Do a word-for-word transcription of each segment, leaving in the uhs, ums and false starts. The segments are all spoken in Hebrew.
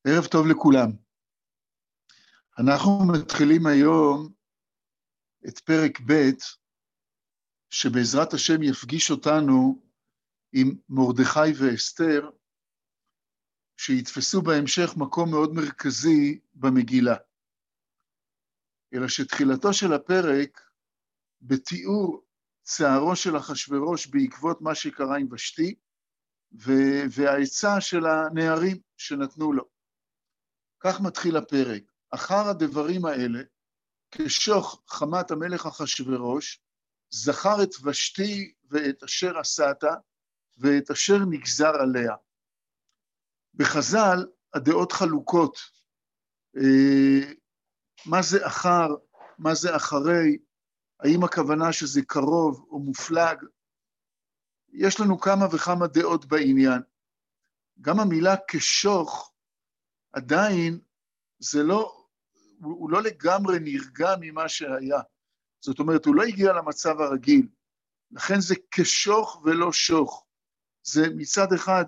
ערב טוב לכולם. אנחנו מתחילים היום את פרק ב' שבעזרת השם יפגיש אותנו עם מרדכי ואסתר, שיתפסו בהמשך מקום מאוד מרכזי במגילה. אלא שתחילתו של הפרק בתיאור צערו של אחשוורוש בעקבות מה שקרה עם ושתי, והעצה של הנערים שנתנו לו. כך מתחיל הפרק. אחר הדברים האלה, כשוך חמת המלך אחשוורוש, זכר את ושתי ואת אשר עשתה, ואת אשר נגזר עליה. בחז"ל הדעות חלוקות, אה, מה זה אחר, מה זה אחרי, האם הכוונה שזה קרוב או מופלג, יש לנו כמה וכמה דעות בעניין. גם המילה כשוך, עדיין זה לא, הוא לא לגמרי נרגע ממה שהיה. זאת אומרת, הוא לא הגיע למצב הרגיל. לכן זה כשוך ולא שוך. זה מצד אחד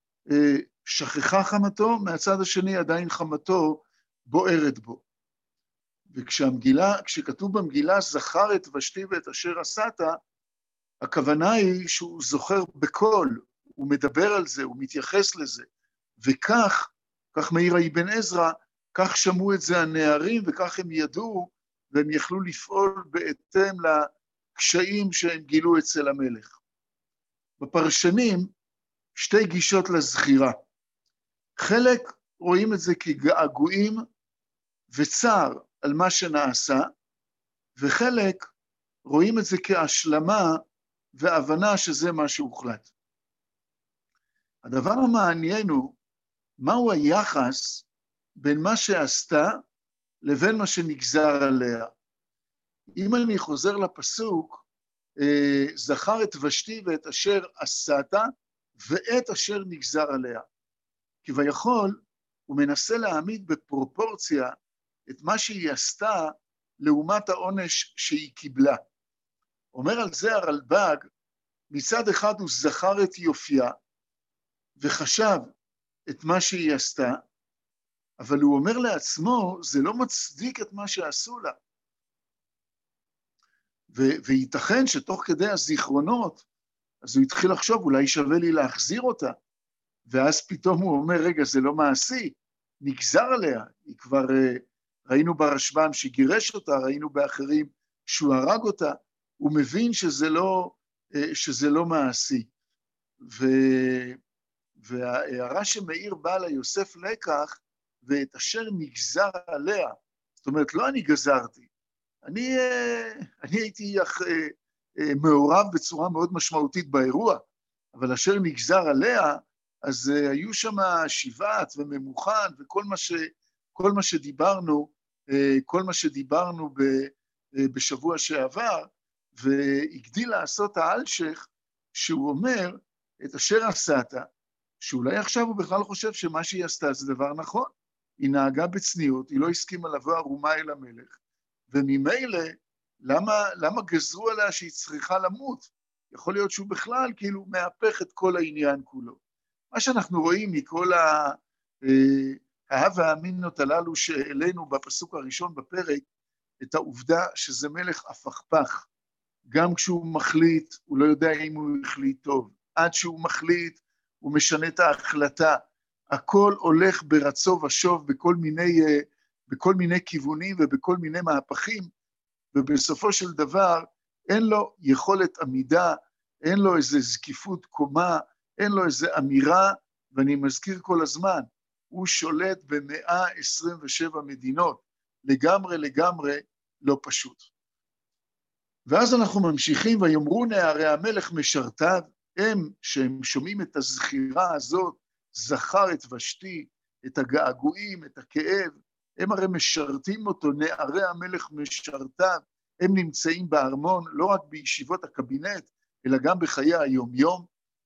שכחה חמתו, מהצד השני עדיין חמתו בוערת בו. וכשהמגילה, כשכתוב במגילה זכר את ושתי ואת אשר עשתה, הכוונה היא שהוא זוכר בקול, הוא מדבר על זה, הוא מתייחס לזה. וכך, כך מאיר אבן עזרא, כך שמעו את זה הנערים, וכך הם ידעו, והם יכלו לפעול בהתאם לקשיים שהם גילו אצל המלך. בפרשנים, שתי גישות לזכירה. חלק רואים את זה כגעגועים וצער על מה שנעשה, וחלק רואים את זה כהשלמה והבנה שזה מה שהוחלט. הדבר המעניין הוא, מהו היחס בין מה שעשתה לבין מה שנגזר עליה. אם אני חוזר לפסוק, זכר את ושתי ואת אשר עשתה ואת אשר נגזר עליה. כביכול, הוא מנסה להעמיד בפרופורציה את מה שהיא עשתה לעומת העונש שהיא קיבלה. אומר על זה הרלב"ג, מצד אחד הוא זכר את יופייה וחשב את מה שהיא עשתה, אבל הוא אומר לעצמו, זה לא מצדיק את מה שעשו לה. ו- וייתכן שתוך כדי הזיכרונות, אז הוא התחיל לחשוב, אולי שווה לי להחזיר אותה, ואז פתאום הוא אומר, רגע, זה לא מעשי, נגזר עליה, היא כבר, ראינו ברשב"ם שגירש אותה, ראינו באחרים שהוא הרג אותה, הוא מבין שזה לא, שזה לא מעשי. ו- וההערה שמאיר בעל היוסף לקח, ואת אשר נגזר עליה, זאת אומרת, לא אני גזרתי, אני, אני הייתי מעורב בצורה מאוד משמעותית באירוע, אבל אשר נגזר עליה, אז היו שם שבעת וממוכן, וכל מה, ש, כל מה שדיברנו, כל מה שדיברנו ב, בשבוע שעבר, והגדיל לעשות האלשך, שהוא אומר, את אשר עשתה, שאולי עכשיו הוא בכלל חושב שמה שהיא עשתה זה דבר נכון, היא נהגה בצניעות, היא לא הסכימה לבוא ערומה אל המלך, וממילא, למה, למה גזרו עליה שהיא צריכה למות? יכול להיות שהוא בכלל כאילו מהפך את כל העניין כולו. מה שאנחנו רואים מכל ההווה האמינות הללו שאלינו בפסוק הראשון בפרק, את העובדה שזה מלך הפכפך. גם כשהוא מחליט, הוא לא יודע אם הוא החליט טוב. עד שהוא מחליט, הוא משנה את ההחלטה. הכל הולך ברצו ושוב בכל מיני, בכל מיני כיוונים ובכל מיני מהפכים, ובסופו של דבר אין לו יכולת עמידה, אין לו איזו זקיפות קומה, אין לו איזו אמירה, ואני מזכיר כל הזמן, הוא שולט ב-מאה עשרים ושבע מדינות, לגמרי לגמרי לא פשוט. ואז אנחנו ממשיכים, ויאמרו נערי המלך משרתיו, הם שהם שומעים את הזכירה הזאת, זכר את ושתי, את הגעגועים, את הכאב, הם הרי משרתים אותו, נערי המלך משרתיו, הם נמצאים בארמון, לא רק בישיבות הקבינט, אלא גם בחיי היום-יום,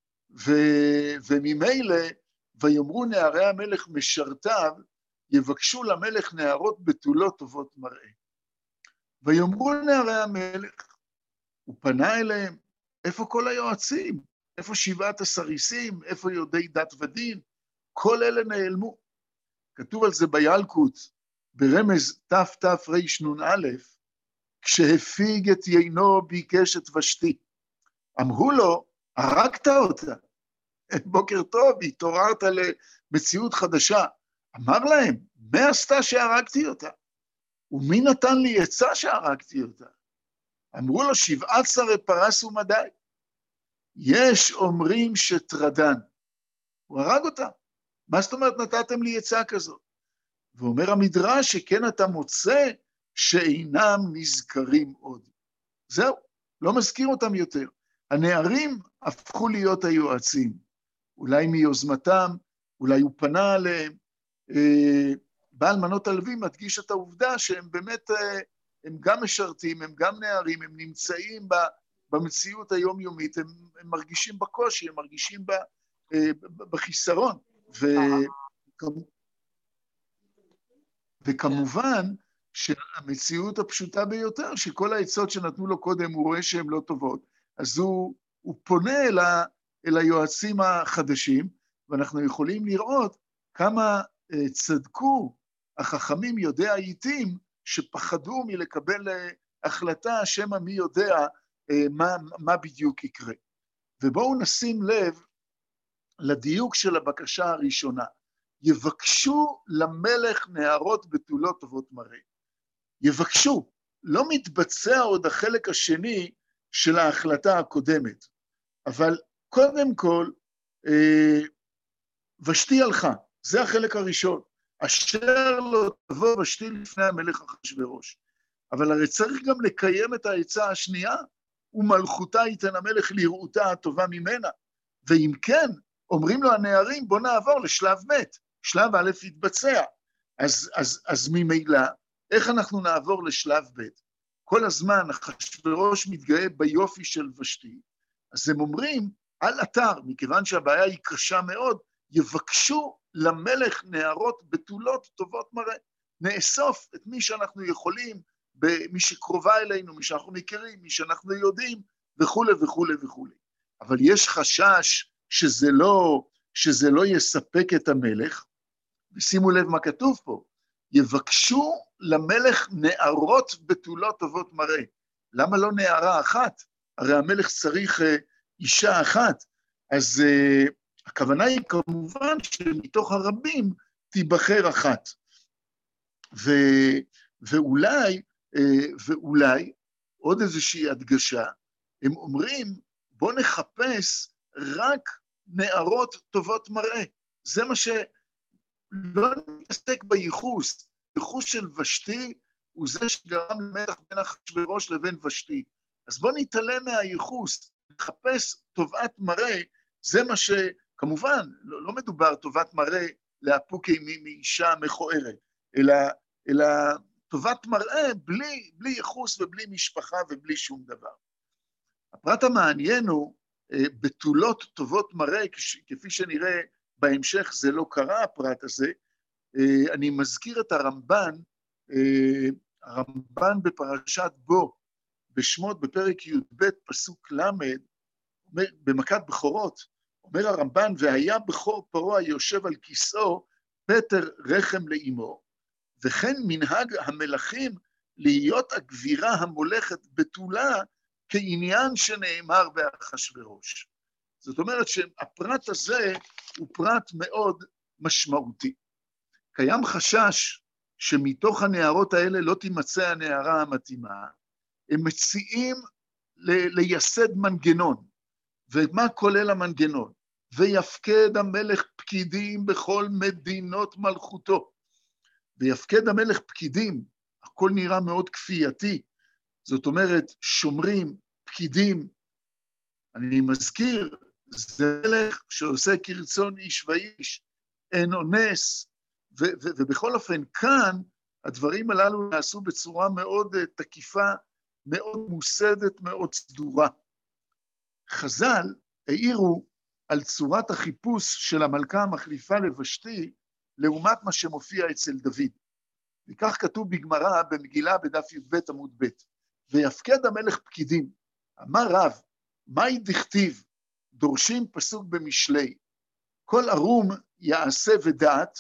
ו- וממילא, ויאמרו נערי המלך משרתיו, יבקשו למלך נערות בתולות טובות מראה. ויאמרו נערי המלך, הוא פנה אליהם, איפה כל היועצים? איפה שבעת הסריסים? איפה יודעי דת ודין? כל אלה נעלמו. כתוב על זה בילקוט, ברמז תתרנ"א, כשהפיג את יינו ביקש את ושתי. אמרו לו, הרגת אותה. בוקר טוב, התעוררת למציאות חדשה. אמר להם, מה עשתה שהרגתי אותה? ומי נתן לי עצה שהרגתי אותה? אמרו לו, שבעת שרי פרס ומדי. יש אומרים שטרדן. הוא הרג אותה. מה זאת אומרת נתתם לי עצה כזאת? ואומר המדרש שכן אתה מוצא שאינם נזכרים עוד. זהו, לא מזכיר אותם יותר. הנערים הפכו להיות היועצים. אולי מיוזמתם, אולי הוא פנה עליהם. בעל מנות הלוי מדגיש את העובדה שהם באמת, הם גם משרתים, הם גם נערים, הם נמצאים במציאות היומיומית, הם, הם מרגישים בקושי, הם מרגישים בחיסרון. ו... וכמובן שהמציאות הפשוטה ביותר, שכל העצות שנתנו לו קודם, הוא רואה שהן לא טובות, אז הוא, הוא פונה אל, ה, אל היועצים החדשים, ואנחנו יכולים לראות כמה uh, צדקו החכמים יודעי העיתים, שפחדו מלקבל uh, החלטה, שמא מי יודע uh, מה, מה בדיוק יקרה. ובואו נשים לב לדיוק של הבקשה הראשונה. יבקשו למלך נערות בתולות טובות מראה. יבקשו, לא מתבצע עוד החלק השני של ההחלטה הקודמת, אבל קודם כל, אה, ושתי הלכה, זה החלק הראשון, אשר לא תבוא ושתי לפני המלך אחשוורוש. אבל הרי צריך גם לקיים את העצה השנייה, ומלכותה ייתן המלך לראותה הטובה ממנה, ואם כן, אומרים לו הנערים, בוא נעבור לשלב ב', שלב א' יתבצע. אז, אז, אז ממילא, איך אנחנו נעבור לשלב ב'? כל הזמן אחשוורוש מתגאה ביופי של ושתי, אז הם אומרים, על אתר, מכיוון שהבעיה היא קשה מאוד, יבקשו למלך נערות בתולות טובות מראה. נאסוף את מי שאנחנו יכולים, מי שקרובה אלינו, מי שאנחנו מכירים, מי שאנחנו יודעים, וכו' וכו' וכו'. אבל יש חשש שזה לא, שזה לא יספק את המלך, ושימו לב מה כתוב פה, יבקשו למלך נערות בתולות טובות מראה. למה לא נערה אחת? הרי המלך צריך uh, אישה אחת, אז uh, הכוונה היא כמובן שמתוך הרבים תיבחר אחת. ו, ואולי, uh, ואולי, עוד איזושהי הדגשה, הם אומרים, בוא נחפש רק נערות טובות מראה. זה מה שלא נתעסק בייחוס. ייחוס של ושתי הוא זה שגרם למתח בין אחשוורוש לבין ושתי. אז בוא נתעלם מהייחוס, נחפש טובת מראה, זה מה שכמובן, לא, לא מדובר טובת מראה לאפוקי מאישה מכוערת, אלא, אלא טובת מראה בלי, בלי ייחוס ובלי משפחה ובלי שום דבר. הפרט המעניין הוא, בתולות טובות מראה, כפי שנראה בהמשך זה לא קרה הפרט הזה, אני מזכיר את הרמב"ן, הרמב"ן בפרשת בו, בשמות בפרק י"ב פסוק למד, במכת בכורות, אומר הרמב"ן, והיה בכור פרעה היושב על כיסאו, פטר רחם לאמו, וכן מנהג המלכים להיות הגבירה המולכת בתולה, כעניין שנאמר באחשוורוש. זאת אומרת שהפרט הזה הוא פרט מאוד משמעותי. קיים חשש שמתוך הנערות האלה לא תימצא הנערה המתאימה, הם מציעים לייסד מנגנון, ומה כולל המנגנון? ויפקד המלך פקידים בכל מדינות מלכותו, ויפקד המלך פקידים, הכל נראה מאוד כפייתי, זאת אומרת, שומרים, פקידים, אני מזכיר, זה מלך שעושה כרצון איש ואיש, אין אונס, ו- ו- ובכל אופן כאן, הדברים הללו נעשו בצורה מאוד uh, תקיפה, מאוד מוסדת, מאוד סדורה. חז"ל העירו על צורת החיפוש של המלכה המחליפה לוושתי, לעומת מה שמופיע אצל דוד. וכך כתוב בגמרא במגילה בדף י"ב עמוד ב', ויפקד המלך פקידים. אמר רב, מהי דכתיב? דורשים פסוק במשלי. כל ערום יעשה ודעת,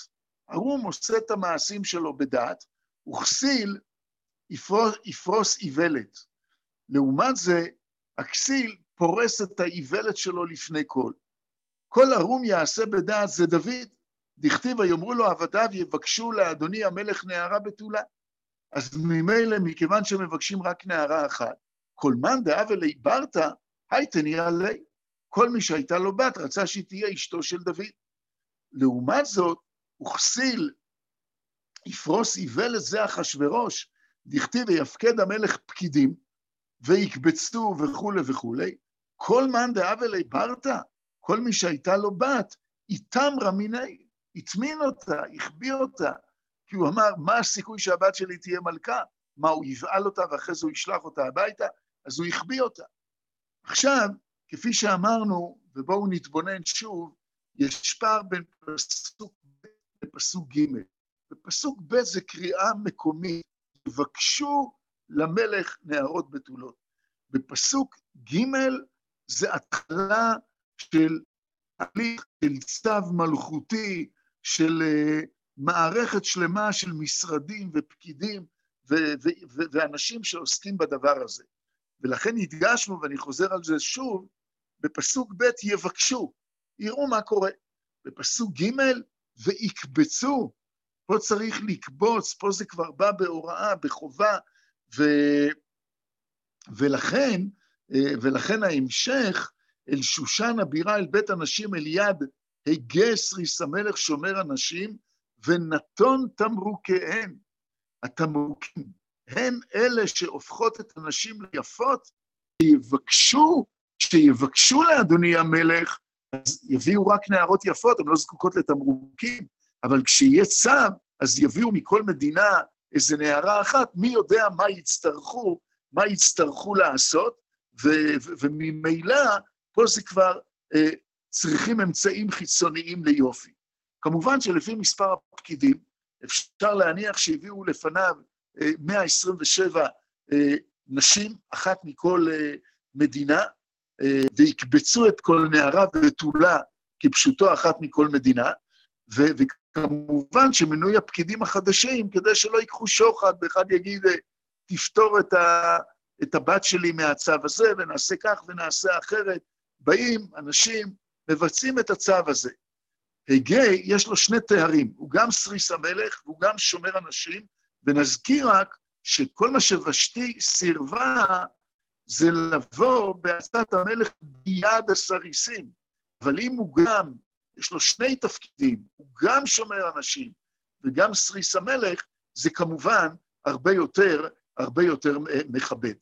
ערום עושה את המעשים שלו בדעת, וכסיל יפרוס, יפרוס איוולת. לעומת זה, הכסיל פורס את האיוולת שלו לפני כל. כל ערום יעשה בדעת זה דוד, דכתיב ויאמרו לו עבדיו יבקשו לאדוני המלך נערה בתולה. אז ממילא, מכיוון שמבקשים רק נערה אחת, כל מאן דהוה ליה ברתא, הייתני עלי. כל מי שהייתה לו בת רצה שהיא תהיה אשתו של דוד. לעומת זאת, וכסיל יפרוס איוולת זה אחשוורוש, דכתיב ויפקד המלך פקידים, ויקבצו וכו' וכו'. כל מאן דהוה ליה ברתא, כל מי שהייתה לו בת, איתמרה מיני, הטמין אותה, החביא אותה, כי הוא אמר, מה הסיכוי שהבת שלי תהיה מלכה? מה, הוא יבעל אותה ואחרי זה הוא ישלח אותה הביתה? אז הוא החביא אותה. עכשיו, כפי שאמרנו, ובואו נתבונן שוב, יש פער בין פסוק ב' לפסוק ג'. בפסוק ב' זה קריאה מקומית, תבקשו למלך נערות בתולות. בפסוק ג' זה התחלה של הליך של צו מלכותי, של uh, מערכת שלמה של משרדים ופקידים ו- ו- ו- ואנשים שעוסקים בדבר הזה. ולכן הדגשנו, ואני חוזר על זה שוב, בפסוק ב' יבקשו, יראו מה קורה. בפסוק ג' ויקבצו, פה צריך לקבוץ, פה זה כבר בא בהוראה, בחובה, ו... ולכן, ולכן ההמשך, אל שושן הבירה, אל בית הנשים, אל יד הגה סריס המלך שומר הנשים, ונתון תמרוקיהן. התמרוקים, הן אלה שהופכות את הנשים ליפות, שיבקשו, שיבקשו לאדוני המלך, אז יביאו רק נערות יפות, הן לא זקוקות לתמרוקים, אבל כשיהיה צו, אז יביאו מכל מדינה איזה נערה אחת, מי יודע מה יצטרכו, מה יצטרכו לעשות, ו- ו- וממילא פה זה כבר אה, צריכים אמצעים חיצוניים ליופי. כמובן שלפי מספר הפקידים, אפשר להניח שהביאו לפניו אה, מאה עשרים ושבע אה, נשים, אחת מכל אה, מדינה, אה, ויקבצו את כל נערה ותולה כפשוטו אחת מכל מדינה, ו- וכמובן שמנוי הפקידים החדשים, כדי שלא ייקחו שוחד, ואחד יגיד, תפתור את, ה- את הבת שלי מהצו הזה, ונעשה כך ונעשה אחרת, באים אנשים, מבצעים את הצו הזה. הגה יש לו שני תארים, הוא גם סריס המלך, והוא גם שומר אנשים, ונזכיר רק שכל מה שוושתי סירבה, זה לבוא בעצת המלך ביד הסריסים, אבל אם הוא גם, יש לו שני תפקידים, הוא גם שומר אנשים, וגם סריס המלך, זה כמובן הרבה יותר, הרבה יותר מכבד.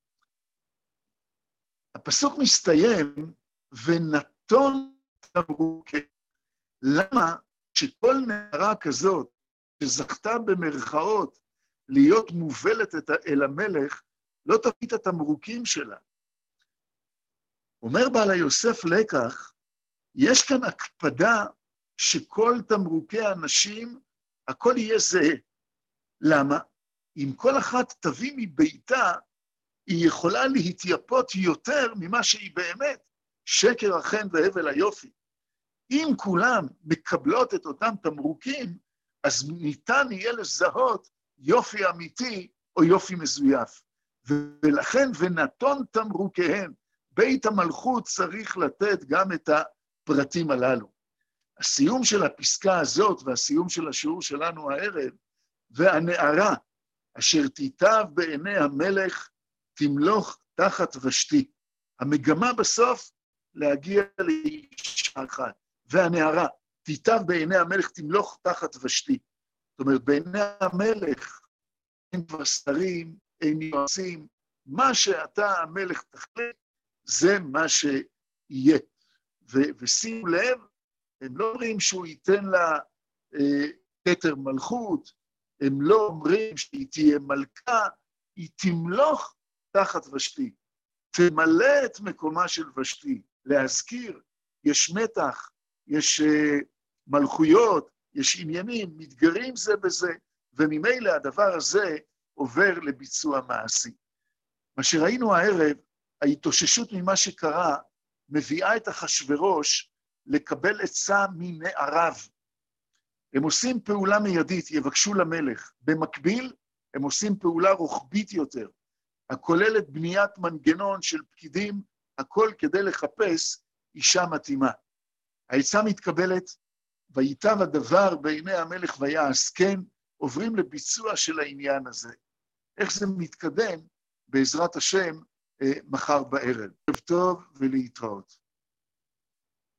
הפסוק מסתיים, ונתון תמרוקיהן. למה שכל נערה כזאת, שזכתה במרכאות להיות מובלת אל המלך, לא תביא את התמרוקים שלה? אומר בעל היוסף לקח, יש כאן הקפדה שכל תמרוקי האנשים, הכל יהיה זהה. למה? אם כל אחת תביא מביתה, היא יכולה להתייפות יותר ממה שהיא באמת, שקר החן והבל היופי. אם כולם מקבלות את אותם תמרוקים, אז ניתן יהיה לזהות יופי אמיתי או יופי מזויף. ולכן, ונתון תמרוקיהן, בית המלכות צריך לתת גם את הפרטים הללו. הסיום של הפסקה הזאת והסיום של השיעור שלנו הערב, והנערה אשר תיטב בעיני המלך תמלוך תחת ושתי. המגמה בסוף להגיע לאישה אחת. והנערה תיטב בעיני המלך תמלוך תחת ושתי. זאת אומרת, בעיני המלך אין כבר שרים, אין יועצים, מה שאתה המלך תחליט, זה מה שיהיה. ו- ושימו לב, הם לא אומרים שהוא ייתן לה אה, כתר מלכות, הם לא אומרים שהיא תהיה מלכה, היא תמלוך תחת ושתי, תמלא את מקומה של ושתי. להזכיר, יש מתח, יש uh, מלכויות, יש עניינים, מתגרים זה בזה, וממילא הדבר הזה עובר לביצוע מעשי. מה שראינו הערב, ההתאוששות ממה שקרה, מביאה את אחשוורוש לקבל עצה מנעריו. הם עושים פעולה מיידית, יבקשו למלך. במקביל, הם עושים פעולה רוחבית יותר, הכוללת בניית מנגנון של פקידים, הכל כדי לחפש אישה מתאימה. העצה מתקבלת, וייטב הדבר בעיני המלך ויעש כן, עוברים לביצוע של העניין הזה. איך זה מתקדם? בעזרת השם, מחר בערב. טוב טוב ולהתראות.